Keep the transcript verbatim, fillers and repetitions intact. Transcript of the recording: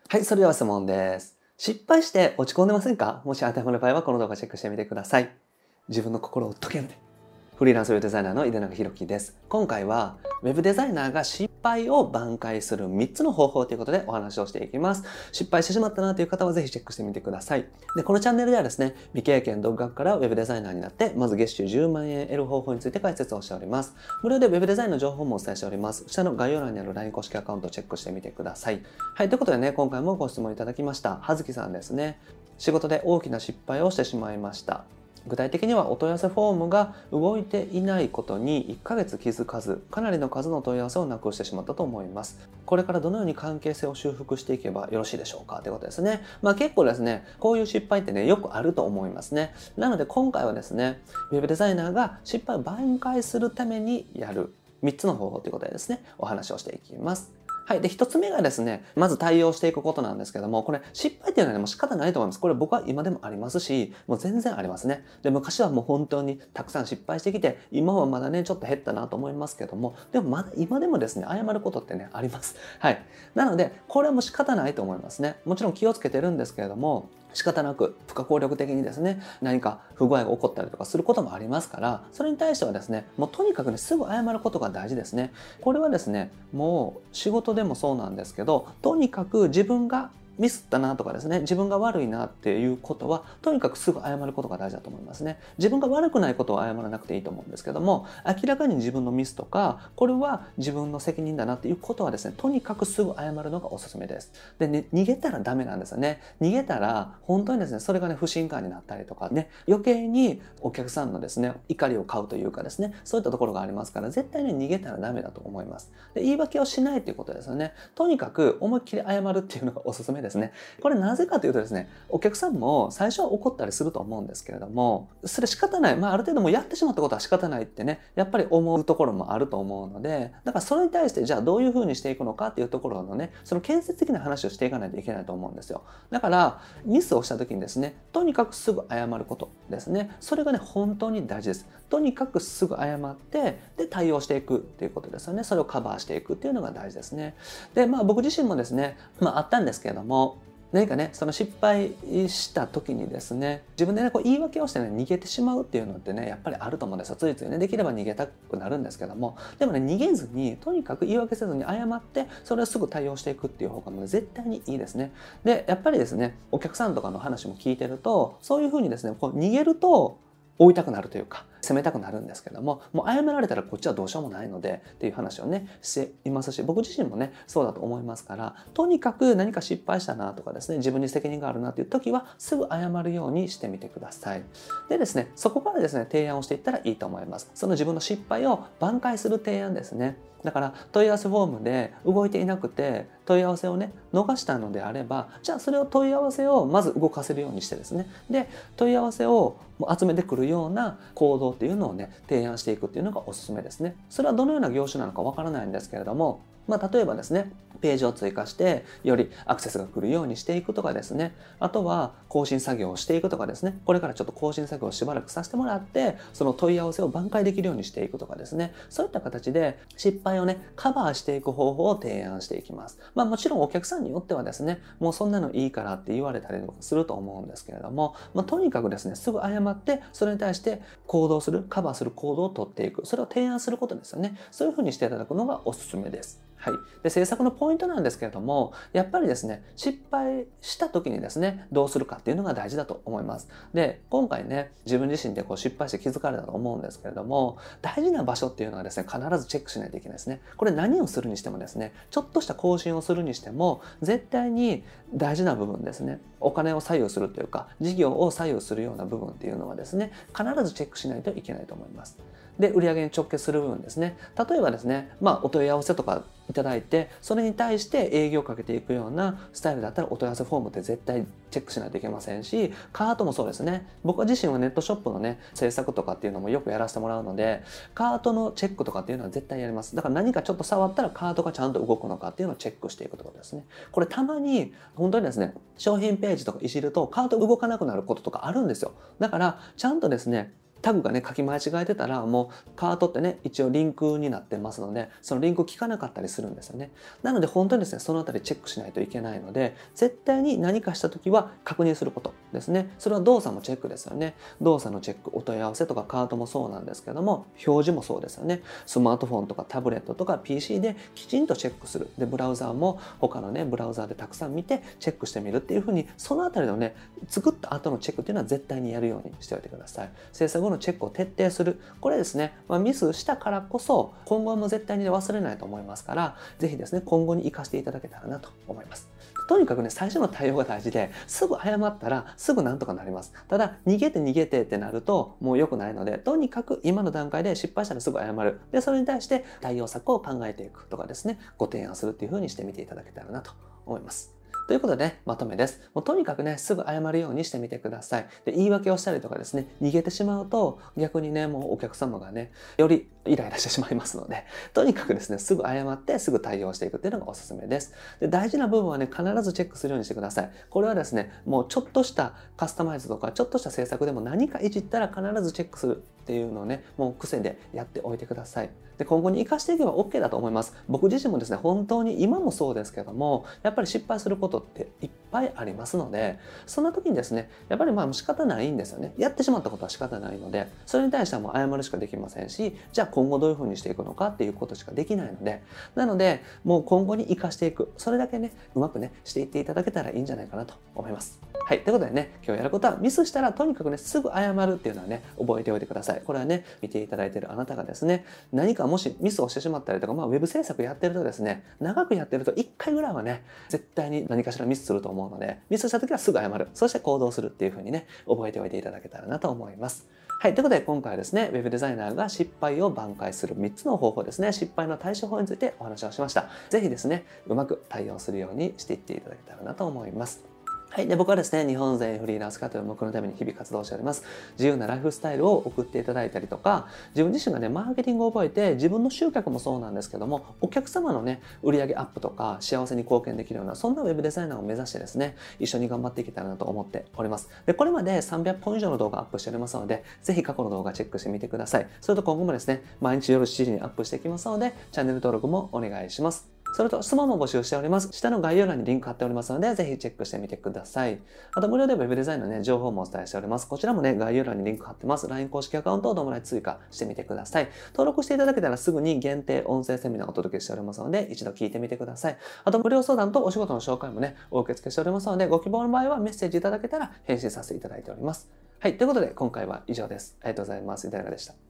はい、それでは質問です。失敗して落ち込んでませんか？もし当てはまる場合はこの動画チェックしてみてください。自分の心を解けるで。フリーランスウェブデザイナーの井出永弘樹です。今回はウェブデザイナーが失敗を挽回するみっつの方法ということでお話をしていきます。失敗してしまったなという方はぜひチェックしてみてください。で、このチャンネルではですね、未経験独学からウェブデザイナーになって、まず月収じゅうまんえん得る方法について解説をしております。無料でウェブデザインの情報もお伝えしております。下の概要欄にある ライン 公式アカウントをチェックしてみてください。はい、ということでね、今回もご質問いただきました。はずきさんですね。仕事で大きな失敗をしてしまいました。具体的にはお問い合わせフォームが動いていないことにいっかげつ気づかず、かなりの数の問い合わせをなくしてしまったと思います。これからどのように関係性を修復していけばよろしいでしょうかということですね。まあ結構ですね、こういう失敗ってね、よくあると思いますね。なので今回はですね、ウェブデザイナーが失敗を挽回するためにやるみっつの方法ということでですね、お話をしていきます。はい。で、一つ目がですね、まず対応していくことなんですけども、これ失敗っていうのはね、もう仕方ないと思います。これ僕は今でもありますし、もう全然ありますね。で、昔はもう本当にたくさん失敗してきて、今はまだね、ちょっと減ったなと思いますけども、でもまだ今でもですね、謝ることってね、あります。はい。なので、これはもう仕方ないと思いますね。もちろん気をつけてるんですけれども、仕方なく不可抗力的にですね、何か不具合が起こったりとかすることもありますから、それに対してはですね、もうとにかくね、すぐ謝ることが大事ですね。これはですね、もう仕事でもそうなんですけど、とにかく自分がミスったなとかですね、自分が悪いなっていうことは、とにかくすぐ謝ることが大事だと思いますね。自分が悪くないことを謝らなくていいと思うんですけども、明らかに自分のミスとか、これは自分の責任だなっていうことはですね、とにかくすぐ謝るのがおすすめです。でね、逃げたらダメなんですよね。逃げたら、本当にですね、それがね、不信感になったりとかね、余計にお客さんのですね、怒りを買うというかですね、そういったところがありますから、絶対に逃げたらダメだと思います。で、言い訳をしないということですよね。とにかく思いっきり謝るっていうのがおすすめですね。これなぜかというとですね、お客さんも最初は怒ったりすると思うんですけれども、それ仕方ない。まあある程度もうやってしまったことは仕方ないってね、やっぱり思うところもあると思うので、だからそれに対してじゃあどういうふうにしていくのかっていうところのね、その建設的な話をしていかないといけないと思うんですよ。だからミスをした時にですね、とにかくすぐ謝ることですね。それがね、本当に大事です。とにかくすぐ謝って、で対応していくっていうことですよね。それをカバーしていくっていうのが大事ですね。で、まあ僕自身もですね、まああったんですけれども、何かね、その失敗した時にですね、自分でね、こう言い訳をしてね、逃げてしまうっていうのってね、やっぱりあると思うんですよ。ついついね、できれば逃げたくなるんですけども、でもね、逃げずに、とにかく言い訳せずに謝って、それをすぐ対応していくっていう方がもう絶対にいいですね。で、やっぱりですね、お客さんとかの話も聞いてると、そういうふうにですね、こう逃げると、追いたくなるというか、責めたくなるんですけども、もう謝られたらこっちはどうしようもないのでっていう話をね、していますし、僕自身もね、そうだと思いますから、とにかく何か失敗したなとかですね、自分に責任があるなっていう時は、すぐ謝るようにしてみてください。でですね、そこからですね、提案をしていったらいいと思います。その自分の失敗を挽回する提案ですね。だから問い合わせフォームで動いていなくて問い合わせをね逃したのであれば、じゃあそれを問い合わせをまず動かせるようにしてですね、で問い合わせを集めてくるような行動っていうのをね提案していくっていうのがおすすめですね。それはどのような業種なのかわからないんですけれども、まあ、例えばですね、ページを追加してよりアクセスが来るようにしていくとかですね、あとは更新作業をしていくとかですね、これからちょっと更新作業をしばらくさせてもらって、その問い合わせを挽回できるようにしていくとかですね、そういった形で失敗をね、カバーしていく方法を提案していきます。まあもちろんお客さんによってはですね、もうそんなのいいからって言われたりとかすると思うんですけれども、まあ、とにかくですね、すぐ謝って、それに対して行動する、カバーする行動をとっていく、それを提案することですよね。そういうふうにしていただくのがおすすめです。はい。で、制作のポイントなんですけれども、やっぱりですね、失敗した時にですね、どうするかっていうのが大事だと思います。で、今回ね、自分自身でこう失敗して気づかれたと思うんですけれども、大事な場所っていうのはですね、必ずチェックしないといけないですね。これ何をするにしてもですね、ちょっとした更新をするにしても、絶対に大事な部分ですね、お金を左右するというか、事業を左右するような部分っていうのはですね、必ずチェックしないといけないと思います。で、売上に直結する部分ですね。例えばですね、まあ、お問い合わせとかいただいて、それに対して営業をかけていくようなスタイルだったらお問い合わせフォームって絶対チェックしないといけませんし、カートもそうですね。僕自身はネットショップのね、制作とかっていうのもよくやらせてもらうので、カートのチェックとかっていうのは絶対やります。だから何かちょっと触ったらカートがちゃんと動くのかっていうのをチェックしていくってことですね。これたまに本当にですね、商品ページとかいじるとカート動かなくなることとかあるんですよ。だからちゃんとですね、 タグがね、書き間違えてたら、もうカートってね、一応リンクになってますので、そのリンク聞かなかったりするんですよね。なので本当にですね、そのあたりチェックしないといけないので、絶対に何かした時は確認することですね。それは動作もチェックですよね。動作のチェック、お問い合わせとかカートもそうなんですけども、表示もそうですよね。スマートフォンとかタブレットとか ピーシー できちんとチェックする。で、ブラウザーも他のね、ブラウザーでたくさん見てチェックしてみるっていうふうに、そのあたりのね、作った後のチェックっていうのは絶対にやるようにしておいてください。制作後のチェックを徹底する。これですね、まあ、ミスしたからこそ、今後も絶対に忘れないと思いますから、ぜひですね、今後に活かしていただけたらなと思います。とにかくね、最初の対応が大事で、すぐ謝ったらすぐなんとかなります。ただ、逃げて逃げてってなると、もう良くないので、とにかく今の段階で失敗したらすぐ謝る。で、それに対して対応策を考えていくとかですね、ご提案するっていう風にしてみていただけたらなと思います。ということで、ね、まとめです。もうとにかくね、すぐ謝るようにしてみてください。で、言い訳をしたりとかですね、逃げてしまうと、逆にね、もうお客様がね、よりイライラしてしまいますので、とにかくですね、すぐ謝ってすぐ対応していくっていうのがおすすめです。で、大事な部分はね、必ずチェックするようにしてください。これはですね、もうちょっとしたカスタマイズとか、ちょっとした制作でも何かいじったら必ずチェックするっていうのをね、もう癖でやっておいてください。で、今後に活かしていけば OK だと思います。僕自身もですね、本当に今もそうですけども、やっぱり失敗することっていっぱいありますので、そんな時にですね、やっぱりまあ仕方ないんですよね。やってしまったことは仕方ないので、それに対してはもう謝るしかできませんし、じゃあ今後どういうふうにしていくのかっていうことしかできないので、なので、もう今後に活かしていく。それだけね、うまくね、していっていただけたらいいんじゃないかなと思います。はい。ということでね、今日やることはミスしたらとにかくね、すぐ謝るっていうのはね、覚えておいてください。これはね、見ていただいているあなたがですね、何かもしミスをしてしまったりとか、まあ、ウェブ制作やってるとですね、長くやってるといっかいぐらいはね、絶対に何かしらミスすると思うので、ミスした時はすぐ謝る。そして行動するっていう風にね、覚えておいていただけたらなと思います。はい。ということで、今回はですね、ウェブデザイナーが失敗を挽回するみっつの方法ですね、失敗の対処法についてお話をしました。ぜひですね、うまく対応するようにしていっていただけたらなと思います。はい。で、僕はですね、日本全員フリーランス化という目標のために日々活動しております。自由なライフスタイルを送っていただいたりとか、自分自身がね、マーケティングを覚えて、自分の集客もそうなんですけども、お客様のね、売上アップとか、幸せに貢献できるような、そんなウェブデザイナーを目指してですね、一緒に頑張っていけたらなと思っております。で、これまでさんびゃっぽん以上の動画アップしておりますので、ぜひ過去の動画チェックしてみてください。それと今後もですね、毎日夜しちじにアップしていきますので、チャンネル登録もお願いします。それと質問も募集しております。下の概要欄にリンク貼っておりますので、ぜひチェックしてみてください。あと、無料でウェブデザインのね、情報もお伝えしております。こちらもね、概要欄にリンク貼ってます。ライン 公式アカウントを友達追加してみてください。登録していただけたらすぐに限定音声セミナーをお届けしておりますので、一度聞いてみてください。あと、無料相談とお仕事の紹介もね、お受け付けしておりますので、ご希望の場合はメッセージいただけたら返信させていただいております。はい。ということで、今回は以上です。ありがとうございます。いかがでした？